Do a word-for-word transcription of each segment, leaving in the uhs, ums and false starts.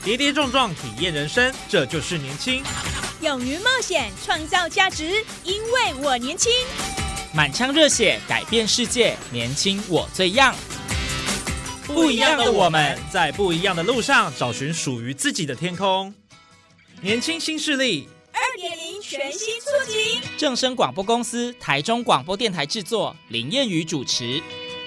跌跌撞撞体验人生，这就是年轻。 勇于冒险，创造价值，因为我年轻。 满腔热血，改变世界，年轻我最样。 不一样的我们，在不一样的路上找寻属于自己的天空。年轻新势力二点零 全新出击， 正声广播公司台中广播电台制作，林燕瑜主持。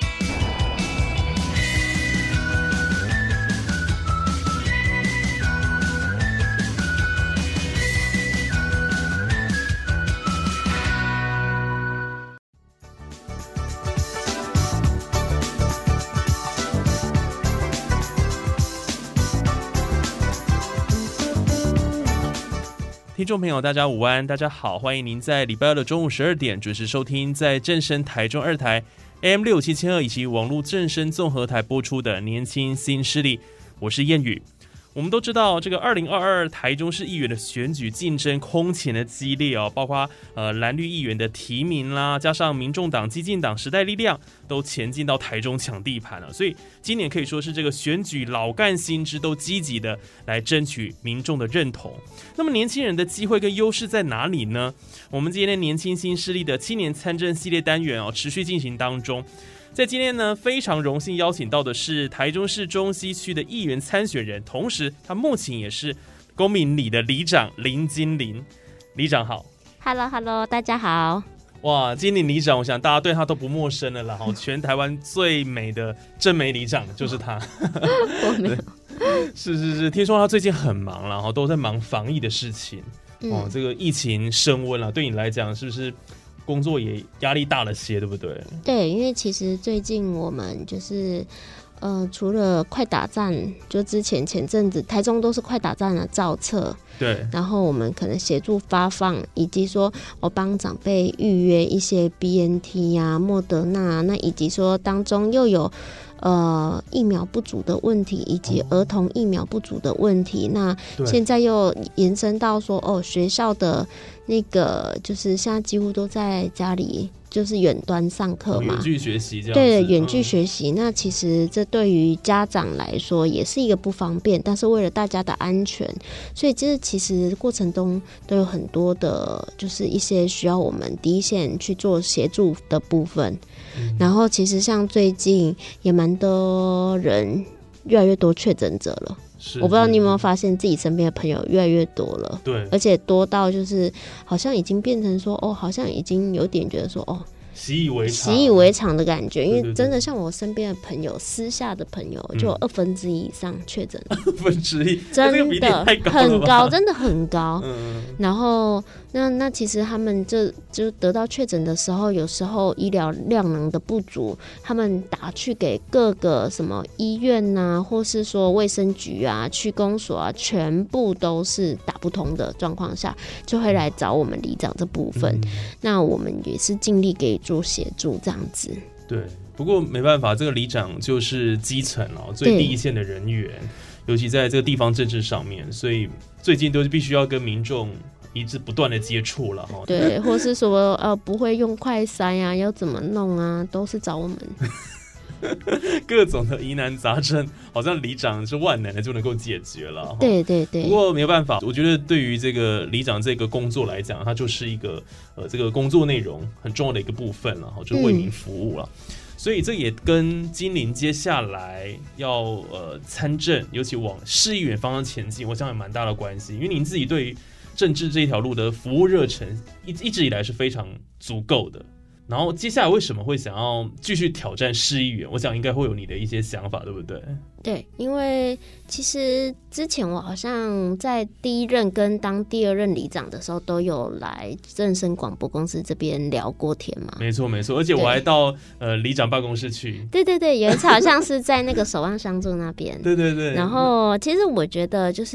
听众朋友大家午安，大家好，欢迎您在礼拜二的中午十二点准时收听在正声台中二台 A M 六七千二以及网络正声综合台播出的年轻新势力，我是燕宇。我们都知道这个二零二二台中市议员的选举竞争空前的激烈哦，包括呃蓝绿议员的提名啦，加上民众党、基进党、时代力量都前进到台中抢地盘了，所以今年可以说是这个选举老干新枝都积极的来争取民众的认同。那么年轻人的机会跟优势在哪里呢？我们今天的年轻新势力的青年参政系列单元哦，持续进行当中。在今天呢，非常荣幸邀请到的是台中市中西区的议员参选人，同时他目前也是公民里的里长林金玲。里长好。 Hello Hello 大家好。 哇，金玲里长我想大家对他都不陌生了啦，全台湾最美的正美里长就是他。 我没有。 是是是，听说他最近很忙，然后都在忙防疫的事情、嗯、哦，这个疫情升温了，对你来讲是不是工作也压力大了些，对不对？ 对，因为其实最近我们就是呃，除了快打站，就之前前阵子台中都是快打站的造册， 对， 然后我们可能协助发放，以及说我帮长辈预约一些 B N T 啊、莫德纳，那以及说当中又有呃疫苗不足的问题，以及儿童疫苗不足的问题，那现在又延伸到说哦，学校的那个就是现在几乎都在家里就是远端上课嘛， 远距学习这样子。 对，远距学习、嗯、那其实这对于家长来说也是一个不方便，但是为了大家的安全，所以这其实过程中都有很多的就是一些需要我们第一线去做协助的部分、嗯、然后其实像最近也蛮多人越来越多确诊者了，我不知道你有没有发现自己身边的朋友越来越多了， 对， 而且多到就是好像已经变成说哦，好像已经有点觉得说哦， 习以为常， 习以为常的感觉，因为真的像我身边的朋友，私下的朋友就有二分之一以上确诊， 二分之一， 真的很高，真的很高。 嗯、 然后那那其实他们这就得到确诊的时候，有时候医疗量能的不足，他们打去给各个什么医院呐、啊，或是说卫生局啊、区公所啊，全部都是打不通的状况下，就会来找我们里长这部分。嗯、那我们也是尽力给做协助这样子。 对，不过没办法，这个里长就是基层哦，最第一线的人员，尤其在这个地方政治上面，所以最近都是必须要跟民众一直不断的接触了哈。 对，或是说呃不会用快筛啊，要怎么弄啊，都是找我们。 各种的疑难杂症，好像里长是万能的就能够解决了。 对对对。 不过没有办法，我觉得对于这个里长这个工作来讲，它就是一个呃这个工作内容很重要的一个部分了，就是为民服务了。嗯、所以这也跟金玲接下来要呃参政，尤其往市议员方向前进，我想有蛮大的关系。因为您自己对于政治这一条路的服务热忱一一直以来是非常足够的。然后接下来为什么会想要继续挑战市议员？我想应该会有你的一些想法，对不对？ 对，因为其实之前我好像在第一任跟当第二任里长的时候，都有来正声广播公司这边聊过天嘛。 没错没错，而且我还到呃里长办公室去。 对对对，有一次好像是在那个守望相助那边。 对对对。 然后其实我觉得就是。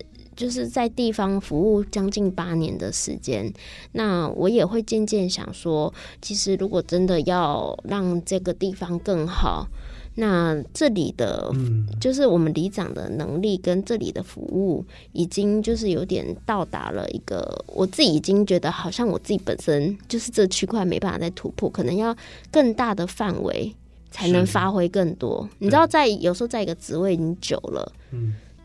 就是在地方服务将近八年的时间，那我也会渐渐想说，其实如果真的要让这个地方更好，那这里的、嗯、就是我们里长的能力跟这里的服务已经就是有点到达了一个，我自己已经觉得好像我自己本身就是这区块没办法再突破，可能要更大的范围才能发挥更多。你知道在有时候在一个职位已经久了，嗯，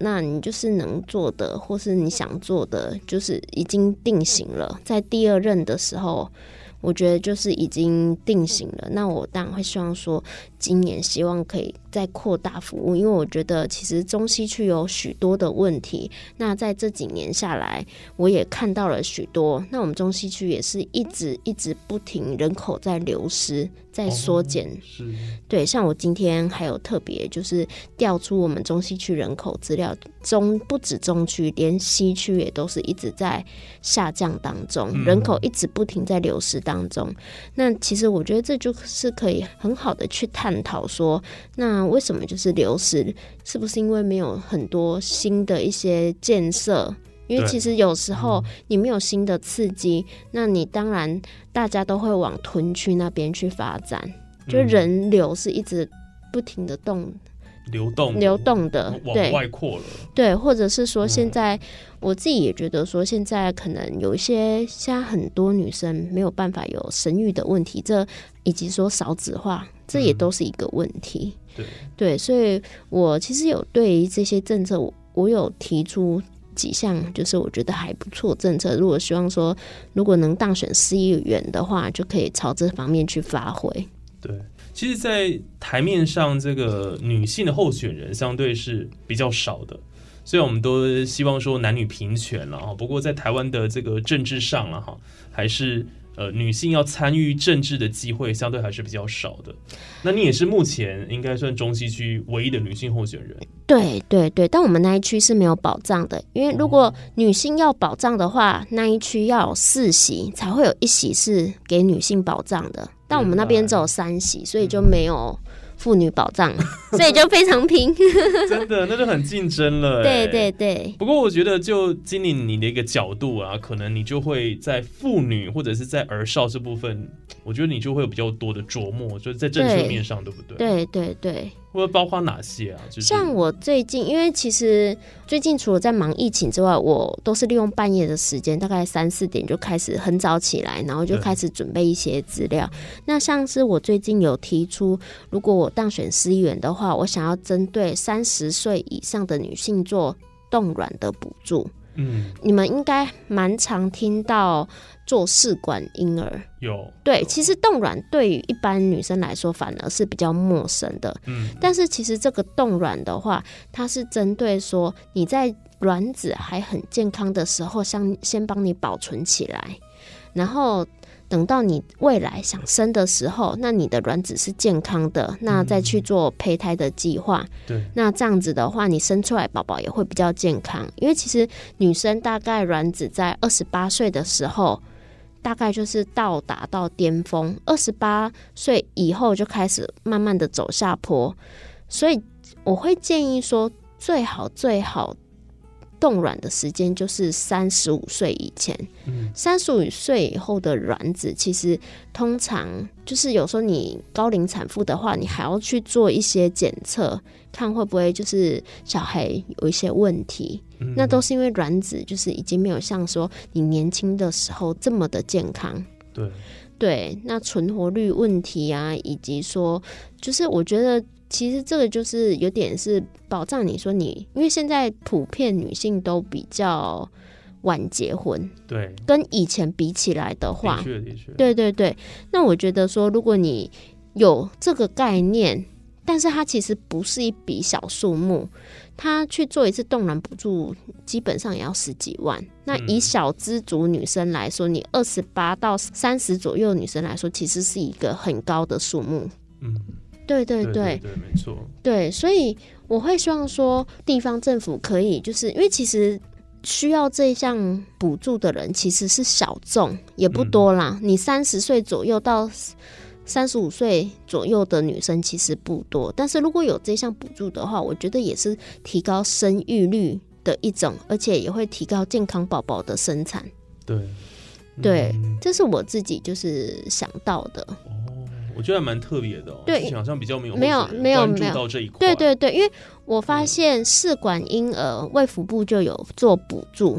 那你就是能做的或是你想做的就是已经定型了，在第二任的时候我觉得就是已经定型了，那我当然会希望说今年希望可以再扩大服务，因为我觉得其实中西区有许多的问题，那在这几年下来我也看到了许多，那我们中西区也是一直一直不停人口在流失在缩减、哦、 是对，像我今天还有特别就是调出我们中西区人口资料，中不止中区连西区也都是一直在下降当中、嗯、人口一直不停在流失当中，那其实我觉得这就是可以很好的去探讨说那为什么就是流失，是不是因为没有很多新的一些建设，因为其实有时候你没有新的刺激、嗯、那你当然大家都会往屯区那边去发展，就人流是一直不停的动流动流动的往外扩了， 对，或者是说现在、嗯、我自己也觉得说现在可能有一些现在很多女生没有办法有生育的问题，这以及说少子化，这也都是一个问题、嗯、对对，所以我其实有对于这些政策 我, 我有提出几项就是我觉得还不错政策，如果希望说如果能当选市议员的话就可以朝这方面去发挥。 对，其实在台面上这个女性的候选人相对是比较少的，所以我们都希望说男女平权了，不过在台湾的这个政治上了哈，还是呃女性要参与政治的机会相对还是比较少的。那你也是目前应该算中西区唯一的女性候选人。 对对对，但我们那一区是没有保障的，因为如果女性要保障的话，那一区要有四席才会有一席是给女性保障的，但我们那边只有三席，所以就没有妇女保障，所以就非常拼。 真的，那就很竞争了。 对对对。 不过我觉得，就经理你的一个角度啊，可能你就会在妇女或者是在儿少这部分，我觉得你就会有比较多的琢磨，就是在政策面上，对不对？ 对对对。 或者包括哪些啊？就是、 像我最近，因为其实最近除了在忙疫情之外，我都是利用半夜的时间，大概三四点就开始很早起来，然后就开始准备一些资料。那像是我最近有提出，如果我当选市议员的话，我想要针对三十岁以上的女性做冻卵的补助。嗯，你们应该蛮常听到做试管婴儿， 有对，其实冻卵对于一般女生来说反而是比较陌生的。嗯，但是其实这个冻卵的话，它是针对说你在卵子还很健康的时候，先先帮你保存起来，然后等到你未来想生的时候，那你的卵子是健康的，那再去做胚胎的计划、嗯、对，那这样子的话你生出来宝宝也会比较健康，因为其实女生大概卵子在二十八岁的时候大概就是到达到巅峰，二十八岁以后就开始慢慢的走下坡，所以我会建议说最好最好冻卵的时间就是三十五岁以前，三十五岁以后的卵子其实通常就是有时候你高龄产妇的话，你还要去做一些检测，看会不会就是小孩有一些问题、嗯、那都是因为卵子就是已经没有像说你年轻的时候这么的健康。 对对，那存活率问题啊，以及说就是我觉得其实这个就是有点是保障你说你，因为现在普遍女性都比较晚结婚， 对， 跟以前比起来的话， 的确的确， 对对对。那我觉得说如果你有这个概念，但是它其实不是一笔小数目，他去做一次冻卵补助基本上也要十几万，那以小资族女生来说，你二十八到三十左右的女生来说其实是一个很高的数目。嗯，对对 对, 对, 对没错， 对，所以我会希望说地方政府可以就是因为其实需要这项补助的人其实是小众也不多啦、嗯、你三十岁左右到三十五岁左右的女生其实不多，但是如果有这项补助的话，我觉得也是提高生育率的一种，而且也会提高健康宝宝的生产。 对、 嗯、对，这是我自己就是想到的。 哦，我觉得还蛮特别的、哦、 对， 好像比较没有没有没有关注到这一块。 对对对，因为我发现试管婴儿卫福部就有做补助，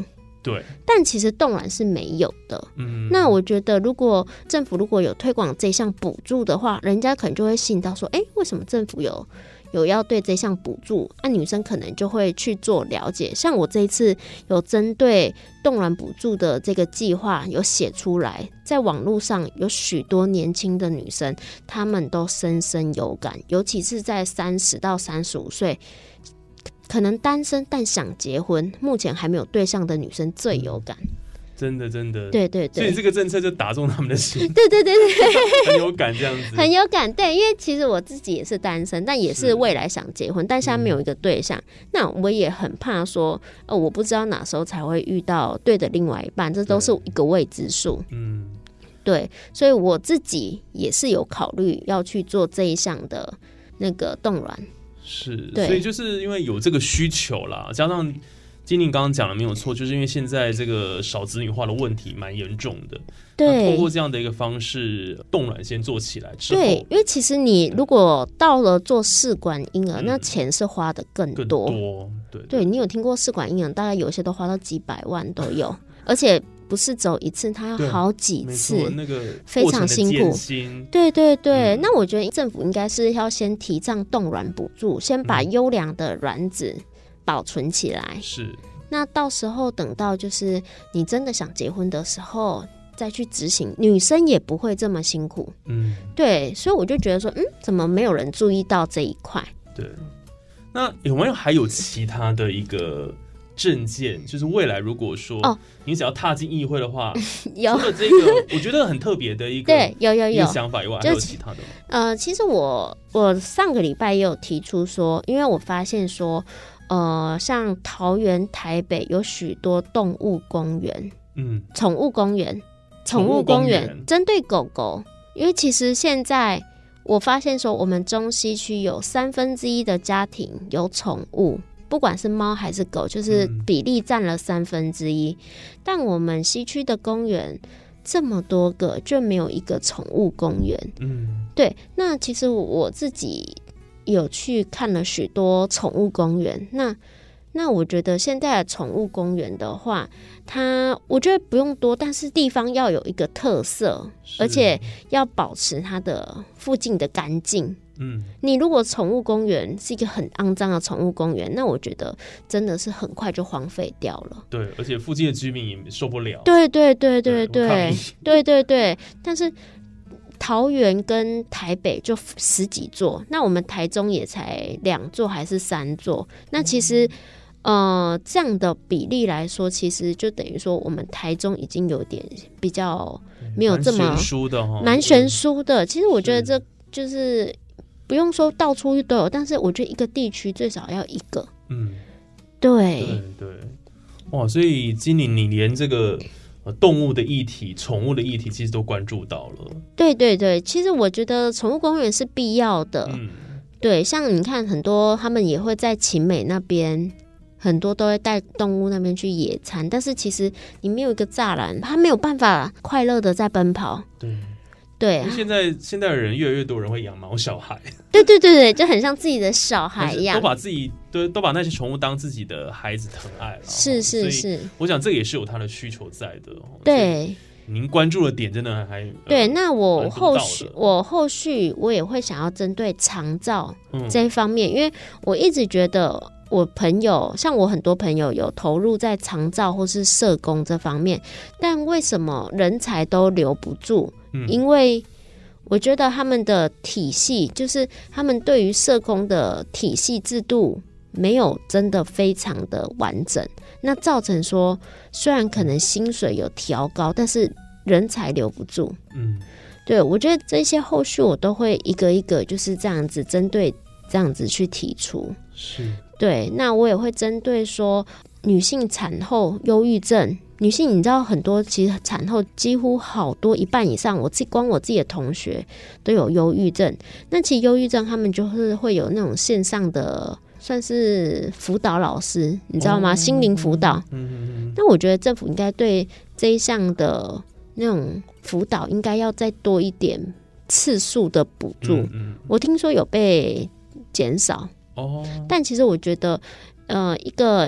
对， 但其实冻卵是没有的。 嗯， 那我觉得如果政府如果有推广这项补助的话，人家可能就会吸引到说，哎，为什么政府有有要对这项补助，那、啊、女生可能就会去做了解。像我这一次有针对冻卵补助的这个计划有写出来，在网络上有许多年轻的女生，她们都深深有感，尤其是在三十到三十五岁，可能单身但想结婚，目前还没有对象的女生最有感。 真的真的， 对对对， 所以这个政策就打中他们的心， 对对对对， 很有感这样子， 很有感。对，因为其实我自己也是单身，但也是未来想结婚，但现在没有一个对象，嗯、那我也很怕说，呃，我不知道哪时候才会遇到对的另外一半，这都是一个未知数。嗯，对，所以我自己也是有考虑要去做这一项的那个冻卵。 是，所以就是因为有这个需求啦，加上金玲刚刚讲的没有错，就是因为现在这个少子女化的问题蛮严重的，对，通过这样的一个方式，冻卵先做起来之后， 对，因为其实你如果到了做试管婴儿，嗯、那钱是花的更多，更多，对，对， 对，你有听过试管婴儿，大概有些都花到几百万都有，而且不是走一次，它要好几次， 那个非常辛苦。对对对、嗯，那我觉得政府应该是要先提倡冻卵补助，先把优良的卵子保存起来。 是， 那到时候等到就是你真的想结婚的时候再去执行，女生也不会这么辛苦。嗯，对，所以我就觉得说，嗯，怎么没有人注意到这一块？ 对，那有没有还有其他的一个政见，就是未来如果说你只要踏进议会的话，有除了这个我觉得很特别的一个对有有有一个想法以外，还有其他的吗？ 呃，其实我我上个礼拜也有提出说，因为我发现说，呃，像桃园、台北有许多动物公园，嗯，宠物公园，宠物公园针对狗狗，因为其实现在我发现说，我们中西区有三分之一的家庭有宠物。不管是猫还是狗，就是比例占了三分之一，但我们西区的公园这么多个，就没有一个宠物公园。嗯，对。那其实我自己有去看了许多宠物公园，那那我觉得现在的宠物公园的话，它我觉得不用多，但是地方要有一个特色，而且要保持它的附近的干净。嗯，你如果宠物公园是一个很肮脏的宠物公园，那我觉得真的是很快就荒废掉了。 对，而且附近的居民也受不了。 对对对对对对对对。但是桃园跟台北就十几座，那我们台中也才两座还是三座。那其实、嗯、呃这样的比例来说，其实就等于说我们台中已经有点比较没有这么蛮悬殊的哈， 蛮悬殊的。其实我觉得这就是不用说到处都有，但是我觉得一个地区最少要一个。嗯，对对对，哇！所以金玲，你连这个呃动物的议题、宠物的议题，其实都关注到了。 对对对，其实我觉得宠物公园是必要的。嗯，对，像你看，很多他们也会在勤美那边，很多都会带动物那边去野餐，但是其实你没有一个栅栏，它没有办法快乐的在奔跑。对。对、啊， 现在现在的人越来越多人会养毛小孩， 对对对对，就很像自己的小孩一样， 都把自己都都把那些宠物当自己的孩子疼爱了。 是是是， 我想这也是有它的需求在的。 对， 您关注的点真的还对。呃、那我后续我后续我也会想要针对长照这一方面、嗯，因为我一直觉得。我朋友像我很多朋友有投入在长照或是社工这方面，但为什么人才都留不住、嗯、因为我觉得他们的体系就是他们对于社工的体系制度没有真的非常的完整，那造成说虽然可能薪水有调高，但是人才留不住。嗯，对，我觉得这些后续我都会一个一个就是这样子针对这样子去提出。 是， 对，那我也会针对说女性产后忧郁症，女性你知道很多其实产后几乎好多一半以上，我自己光我自己的同学都有忧郁症，那其实忧郁症他们就是会有那种线上的算是辅导老师，你知道吗？哦、心灵辅导。嗯嗯嗯。那我觉得政府应该对这一项的那种辅导应该要再多一点次数的补助。嗯嗯，我听说有被减少。哦，但其实我觉得，呃，一个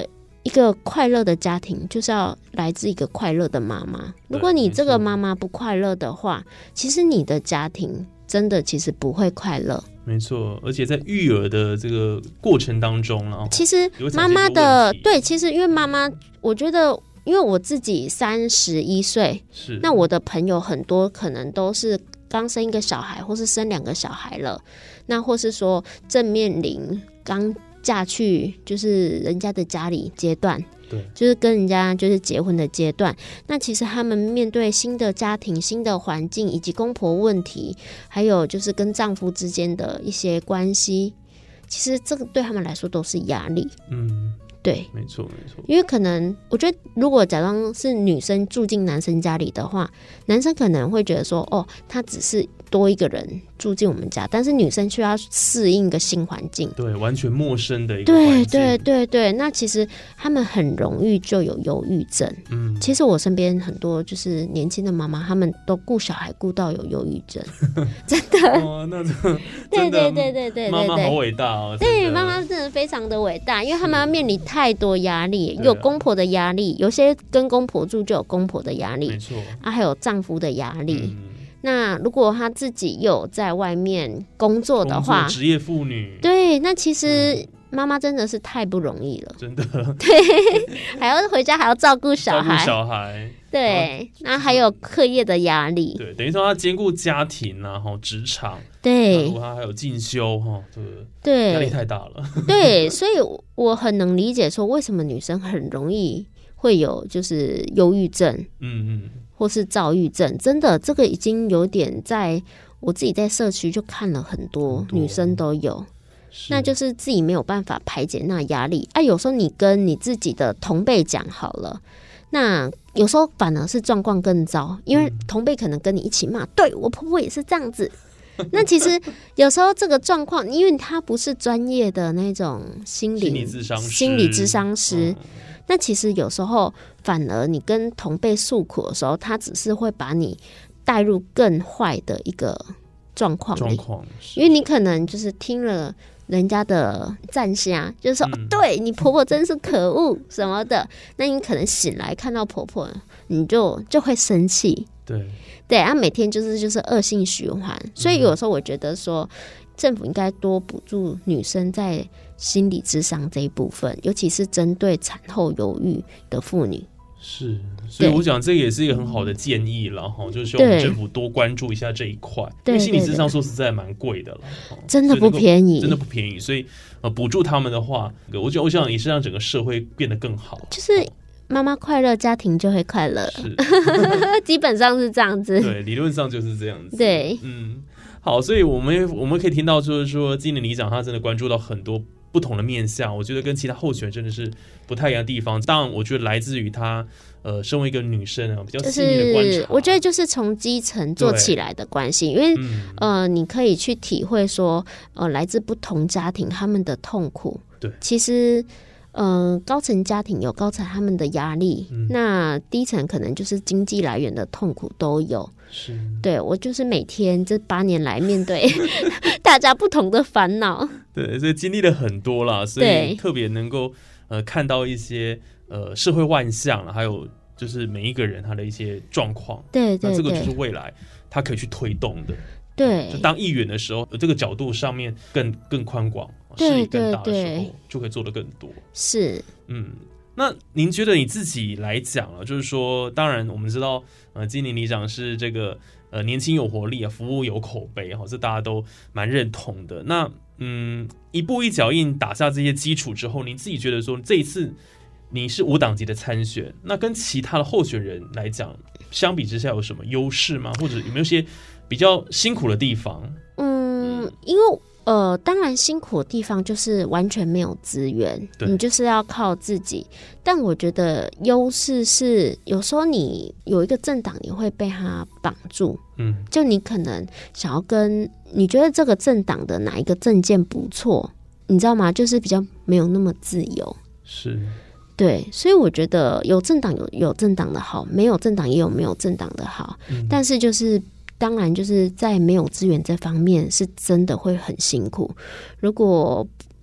一个快乐的家庭就是要来自一个快乐的妈妈。如果你这个妈妈不快乐的话，其实你的家庭真的其实不会快乐。 没错，而且在育儿的这个过程当中啊， 其实妈妈的对，其实因为妈妈，我觉得因为我自己三十一岁， 是那我的朋友很多可能都是刚生一个小孩，或是生两个小孩了，那或是说正面临刚嫁去就是人家的家里阶段， 对， 就是跟人家就是结婚的阶段。那其实他们面对新的家庭、新的环境，以及公婆问题，还有就是跟丈夫之间的一些关系，其实这个对他们来说都是压力。 嗯， 对， 没错没错。 因为可能我觉得，如果假装是女生住进男生家里的话，男生可能会觉得说，哦，他只是多一个人住进我们家，但是女生却要适应一个新环境， 对，完全陌生的一个环境。 对对对对，那其实他们很容易就有忧郁症。嗯，其实我身边很多就是年轻的妈妈，他们都顾小孩顾到有忧郁症，真的。 哦，那这对对对对对， 妈妈好伟大哦。 对，妈妈真的非常的伟大，因为他们要面临太多压力，有公婆的压力，有些跟公婆住就有公婆的压力， 没错啊，还有丈夫的压力。 嗯， 那如果她自己有在外面工作的话， 职业妇女， 对，那其实妈妈真的是太不容易了， 真的。 对，还要回家还要照顾小孩， 照顾小孩， 对，那还有课业的压力， 对，等于说她兼顾家庭啊，职场， 对， 如果她还有进修哈， 对， 压力太大了。 对，所以我很能理解说为什么女生很容易会有就是忧郁症，嗯嗯。或是躁郁症，真的这个已经有点在我自己在社区就看了很多女生都有，那就是自己没有办法排解那压力啊。有时候你跟你自己的同辈讲好了，那有时候反而是状况更糟，因为同辈可能跟你一起骂，嗯、对我婆婆也是这样子。那其实有时候这个状况，因为他不是专业的那种心理心理咨商师， 心理咨商师。嗯，那其实有时候反而你跟同辈诉苦的时候，他只是会把你带入更坏的一个状况里，因为你可能就是听了人家的赞虾，就是说、嗯哦、对你婆婆真是可恶什么的，那你可能醒来看到婆婆，你就就会生气， 对对啊，每天就是就是恶性循环，所以有时候我觉得说。政府应该多补助女生在心理咨商这一部分，尤其是针对产后忧郁的妇女。 是，所以我想这个也是一个很好的建议了哈，就是希望我们政府多关注一下这一块，因为心理咨商说实在蛮贵的了， 真的不便宜， 真的不便宜。所以呃，补助他们的话，我觉得我想也是让整个社会变得更好， 就是妈妈快乐，家庭就会快乐，是基本上是这样子。 对，理论上就是这样子。 对， 嗯。好，所以我们我们可以听到，就是说，今年里长他真的关注到很多不同的面向，我觉得跟其他候选人真的是不太一样的地方。当然，我觉得来自于他呃，身为一个女生啊，比较细腻的观察。就是、 我觉得就是从基层做起来的关系，因为、嗯、呃，你可以去体会说，呃，来自不同家庭他们的痛苦。 对， 其实。呃，高层家庭有高层他们的压力、嗯，那低层可能就是经济来源的痛苦都有。 是， 对我就是每天这八年来面对大家不同的烦恼， 对，所以经历了很多啦，所以特别能够呃看到一些呃社会万象，还有就是每一个人他的一些状况。 对对对， 那这个就是未来他可以去推动的。 对， 就当议员的时候，这个角度上面更更宽广，视野更大的时候，就可以做得更多。 是， 嗯，那您觉得你自己来讲啊，就是说，当然我们知道，呃，今年里长是这个呃年轻有活力啊，服务有口碑哈，这大家都蛮认同的。那嗯，一步一脚印打下这些基础之后，您自己觉得说这一次你是无党籍的参选，那跟其他的候选人来讲，相比之下有什么优势吗？或者有没有些比较辛苦的地方？ 嗯，因为呃，当然辛苦的地方就是完全没有资源，你就是要靠自己。但我觉得优势是，有时候你有一个政党，你会被它绑住。嗯，就你可能想要跟你觉得这个政党的哪一个政见不错，你知道吗？就是比较没有那么自由。 是。 对，所以我觉得有政党有有政党的好，没有政党也有没有政党的好。嗯、但是就是当然就是在没有资源这方面是真的会很辛苦。如果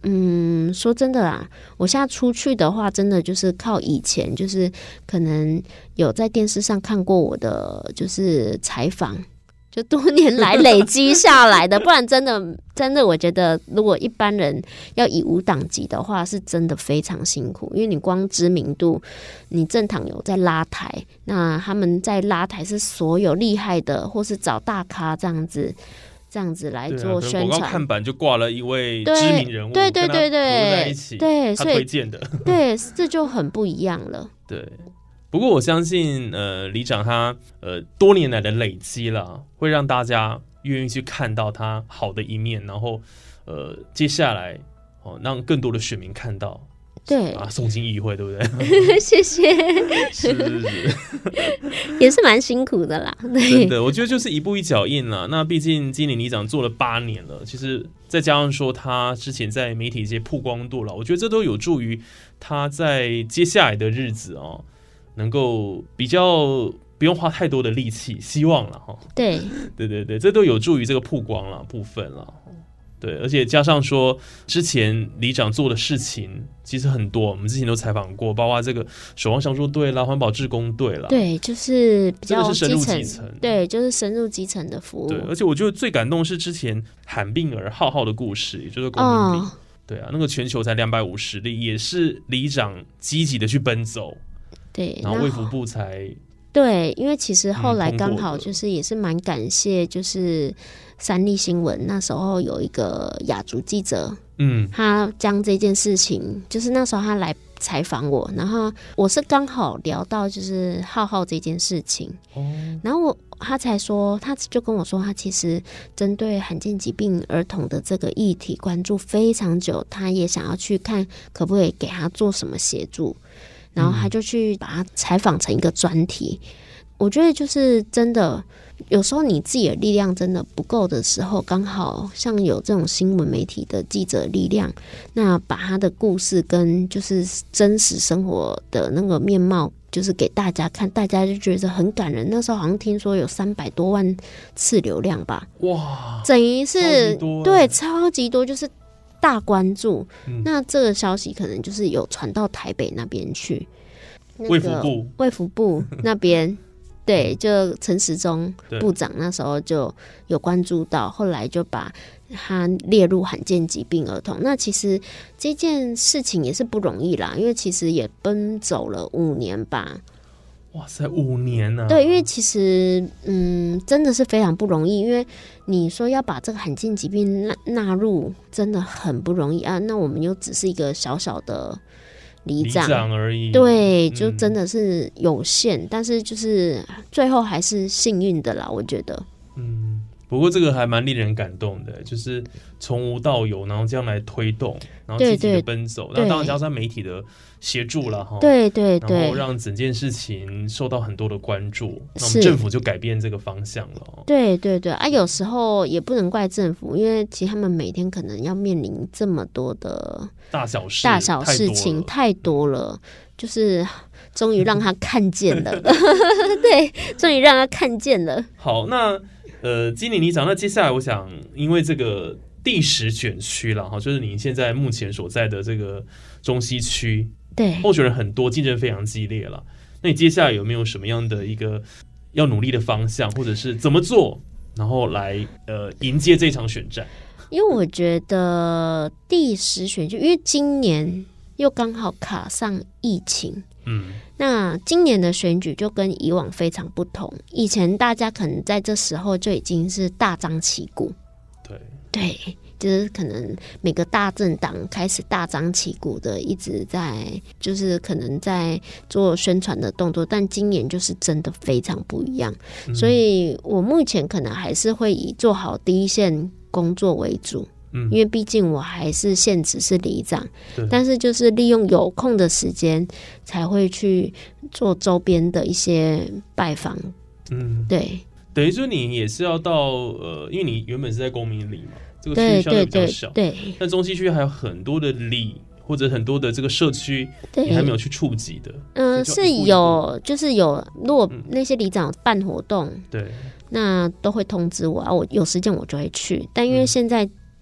嗯，说真的啦，我现在出去的话，真的就是靠以前，就是可能有在电视上看过我的就是采访，就多年来累积下来的。不然真的真的，我觉得如果一般人要以无党籍的话，是真的非常辛苦，因为你光知名度，你政党有在拉台，那他们在拉台是所有厉害的，或是找大咖这样子。这样子来做宣传， 广告看板就挂了一位知名人物， 对对对对对， 在一起， 对， 他推荐的， 对，这就很不一样了。 对，不过我相信，呃，里长他呃多年来的累积啦，会让大家愿意去看到他好的一面，然后呃，接下来哦，让更多的选民看到。 对啊，送进议会，对不对？ 谢谢， 是是是， 也是蛮辛苦的啦。 真的，我觉得就是一步一脚印啦。那毕竟金麟里长做了八年了，其实再加上说他之前在媒体界曝光度了，我觉得这都有助于他在接下来的日子哦，能够比较不用花太多的力气，希望了哈。 对， 对对对，这都有助于这个曝光了部分了。对，而且加上说之前里长做的事情其实很多，我们之前都采访过，包括这个守望相助队啦、环保志工队啦， 对，就是比较这个是深入基层， 对，就是深入基层的服务。 对，而且我觉得最感动是之前罕病儿浩浩的故事，也就是公民里、哦，对啊，那个全球才两百五十例，也是里长积极的去奔走， 对， 然后卫福部才。 对，因为其实后来刚好就是也是蛮感谢，就是三立新闻那时候有一个亚族记者，嗯，他将这件事情，就是那时候他来采访我，然后我是刚好聊到就是浩浩这件事情，哦，然后我他才说，他就跟我说，他其实针对罕见疾病儿童的这个议题关注非常久，他也想要去看可不可以给他做什么协助。然后他就去把它采访成一个专题，我觉得就是真的，有时候你自己的力量真的不够的时候，刚好像有这种新闻媒体的记者力量，那把他的故事跟就是真实生活的那个面貌，就是给大家看，大家就觉得很感人。那时候好像听说有三百多万次流量吧，哇，等于是对超级多，就是。大关注、嗯，那这个消息可能就是有传到台北那边去， 卫福部卫福部那边，对，就陈时中部长那时候就有关注到，后来就把他列入罕见疾病儿童。那其实这件事情也是不容易啦，因为其实也奔走了五年吧。 哇塞，五年啊！ 对，因为其实嗯，真的是非常不容易，因为你说要把这个罕见疾病纳纳入，真的很不容易啊。那我们又只是一个小小的里长, 里长而已， 对，就真的是有限，嗯、但是就是最后还是幸运的啦，我觉得。 嗯，不过这个还蛮令人感动的，就是从无到有，然后这样来推动，然后积极的奔走，那当然加上媒体的协助了哈， 对对对， 然后让整件事情受到很多的关注，那我们政府就改变这个方向了。 对对对啊，有时候也不能怪政府，因为其实他们每天可能要面临这么多的大小事、 大小事情太多了，就是终于让他看见了，对，终于让他看见了。 好，那呃，金麟里长，那接下来我想，因为这个第十选区了哈，就是你现在目前所在的这个中西区。 对， 候选人很多，竞争非常激烈了。那你接下来有没有什么样的一个要努力的方向，或者是怎么做，然后来呃迎接这场选战？ 因为我觉得第十选区，因为今年又刚好卡上疫情，嗯，那今年的选举就跟以往非常不同。以前大家可能在这时候就已经是大张旗鼓， 对对。就是可能每个大政党开始大张旗鼓的一直在就是可能在做宣传的动作，但今年就是真的非常不一样、嗯、所以我目前可能还是会以做好第一线工作为主、嗯、因为毕竟我还是现职是里长，但是就是利用有空的时间才会去做周边的一些拜访。嗯，对， 等于说你也是要到呃，因为你原本是在公民里嘛，这个区域相对比较小， 对对对， 但中西区还有很多的里或者很多的这个社区，你还没有去触及的。 嗯、呃，是有，就是有，如果那些里长办活动， 对、嗯， 那都会通知我啊，我有时间我就会去。但因为现在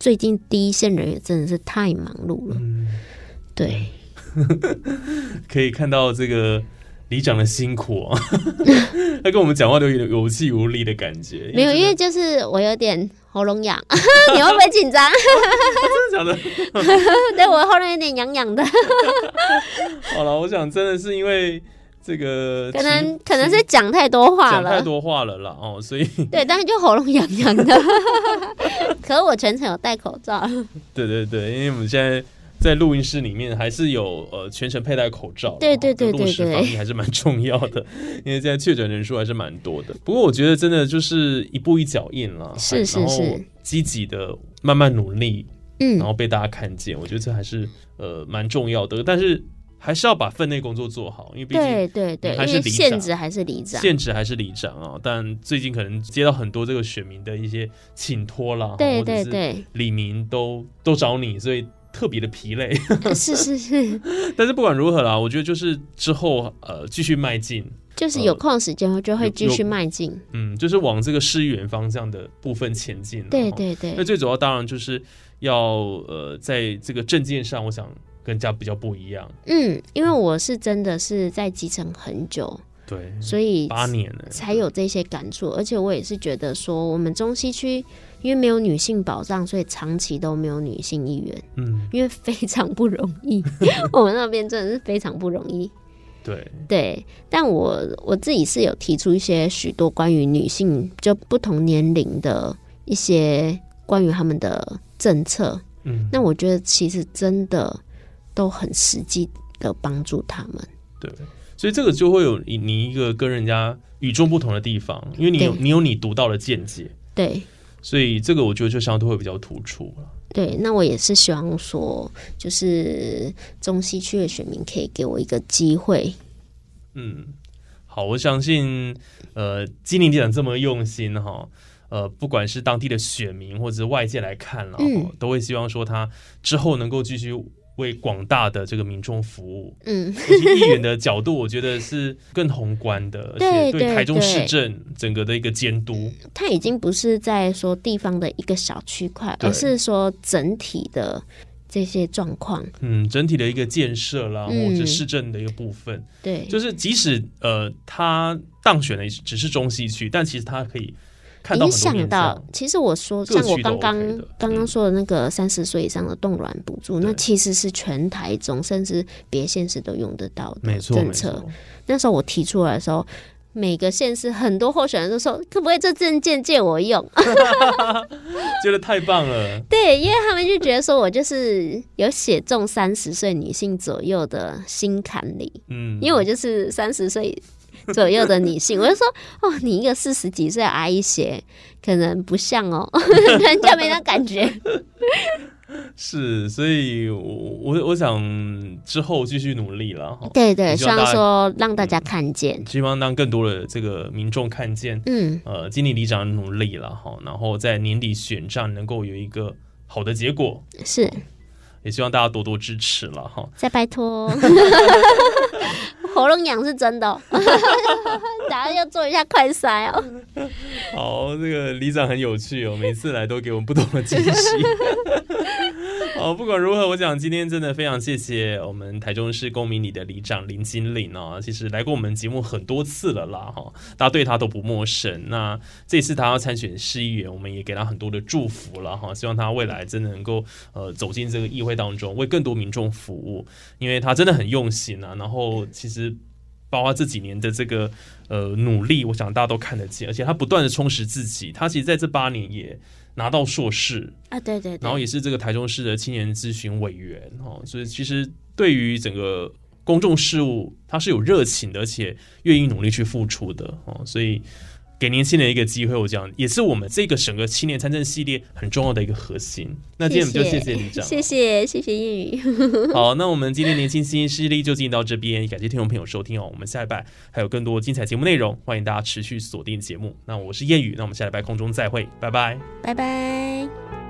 最近第一线人员真的是太忙碌了，嗯、对， 可以看到这个里长的辛苦哦，他跟我们讲话都有点有气无力的感觉。 没有，因为就是我有点喉咙痒，你会不会紧张？ 真的假的？ 对，我喉咙有点痒痒的。 好了，我想真的是因为这个， 可能可能是讲太多话了， 讲太多话了啦哦，所以对，但是就喉咙痒痒的。可是我全程有戴口罩。对对对，因为我们现在在录音室里面还是有呃全程佩戴口罩， 对对对对对， 落实防疫还是蛮重要的，因为现在确诊人数还是蛮多的。不过我觉得真的就是一步一脚印啦， 是是是， 积极的慢慢努力，嗯，然后被大家看见，我觉得这还是呃蛮重要的。但是还是要把分内工作做好，因为毕竟对对对， 还是里长， 现职还是里长， 现职还是里长啊。但最近可能接到很多这个选民的一些请托啦， 对对对， 里民都都找你，所以特别的疲累。 是是是， 但是不管如何啦，我觉得就是之后呃继续迈进， 就是有空时间就会继续迈进， 嗯，就是往这个市议员方向的部分前进。 对对对， 那最主要当然就是要呃在这个政见上，我想跟人家比较不一样。嗯， 因为我是真的是在基层很久， 对， 所以八年了才有这些感触。而且我也是觉得说，我们中西区因为没有女性保障，所以长期都没有女性议员。嗯，因为非常不容易，我们那边真的是非常不容易。 对对，但我我自己是有提出一些许多关于女性就不同年龄的一些关于他们的政策。嗯，那我觉得其实真的都很实际的帮助他们。 对，所以这个就会有你一个跟人家与众不同的地方，因为你有你有你独到的见解。 对， 所以这个我觉得就相对会比较突出了。 对，那我也是希望说，就是中西区的选民可以给我一个机会。 嗯，好，我相信，呃，金玲里长这么用心哈。呃，不管是当地的选民或者外界来看了、嗯，都会希望说他之后能够继续为广大的这个民众服务。嗯，而且议员的角度，我觉得是更宏观的，而且对台中市政整个的一个监督， 他已经不是在说地方的一个小区块，而是说整体的这些状况。 嗯，整体的一个建设啦，嗯、或者市政的一个部分。 对， 就是即使呃他当选的只是中西区，但其实他可以。 影响到，其实我说像我刚刚刚刚说的那个三十岁以上的冻卵补助，那其实是全台中甚至别县市都用得到的政策。那时候我提出来的时候，每个县市很多候选人都说，可不可以这证件借我用？ 觉得太棒了。 对，因为他们就觉得说我就是有写中三十岁女性左右的心坎里，嗯，因为我就是三十岁。左右的女性，我就说哦，你一个四十几岁的阿姨写，可能不像哦，人家没那感觉。 是，所以我我我想之后继续努力了。 对对，希望说让大家看见， 嗯、希望让更多的这个民众看见，嗯，呃，金里里长的努力了哈，然后在年底选战能够有一个好的结果。 是。 也希望大家多多支持了哈， 再拜托。喉咙痒是真的、哦，大家要做一下快筛哦。 好，这个里长很有趣哦，每次来都给我们不同的惊喜。好，不管如何，我讲今天真的非常谢谢我们台中市公民里的里长林金玲啊，其实来过我们节目很多次了啦哈，大家对他都不陌生。那这次他要参选市议员，我们也给他很多的祝福了哈，希望他未来真的能够呃走进这个议会当中，为更多民众服务，因为他真的很用心啊。然后其实包括这几年的这个呃努力，我想大家都看得见，而且他不断的充实自己，他其实在这八年也拿到硕士啊，对 对, 对， 然后也是这个台中市的青年咨询委员哦，所以其实对于整个公众事务，他是有热情的，而且愿意努力去付出的哦，所以给年轻人一个机会，我讲也是我们这个整个青年参政系列很重要的一个核心。那今天我们就谢谢里长， 谢谢谢谢谚语。 好，那我们今天年轻新势力就进到这边，感谢听众朋友收听哦。我们下礼拜还有更多精彩节目内容，欢迎大家持续锁定节目。那我是谚语，那我们下礼拜空中再会，拜拜， 拜拜。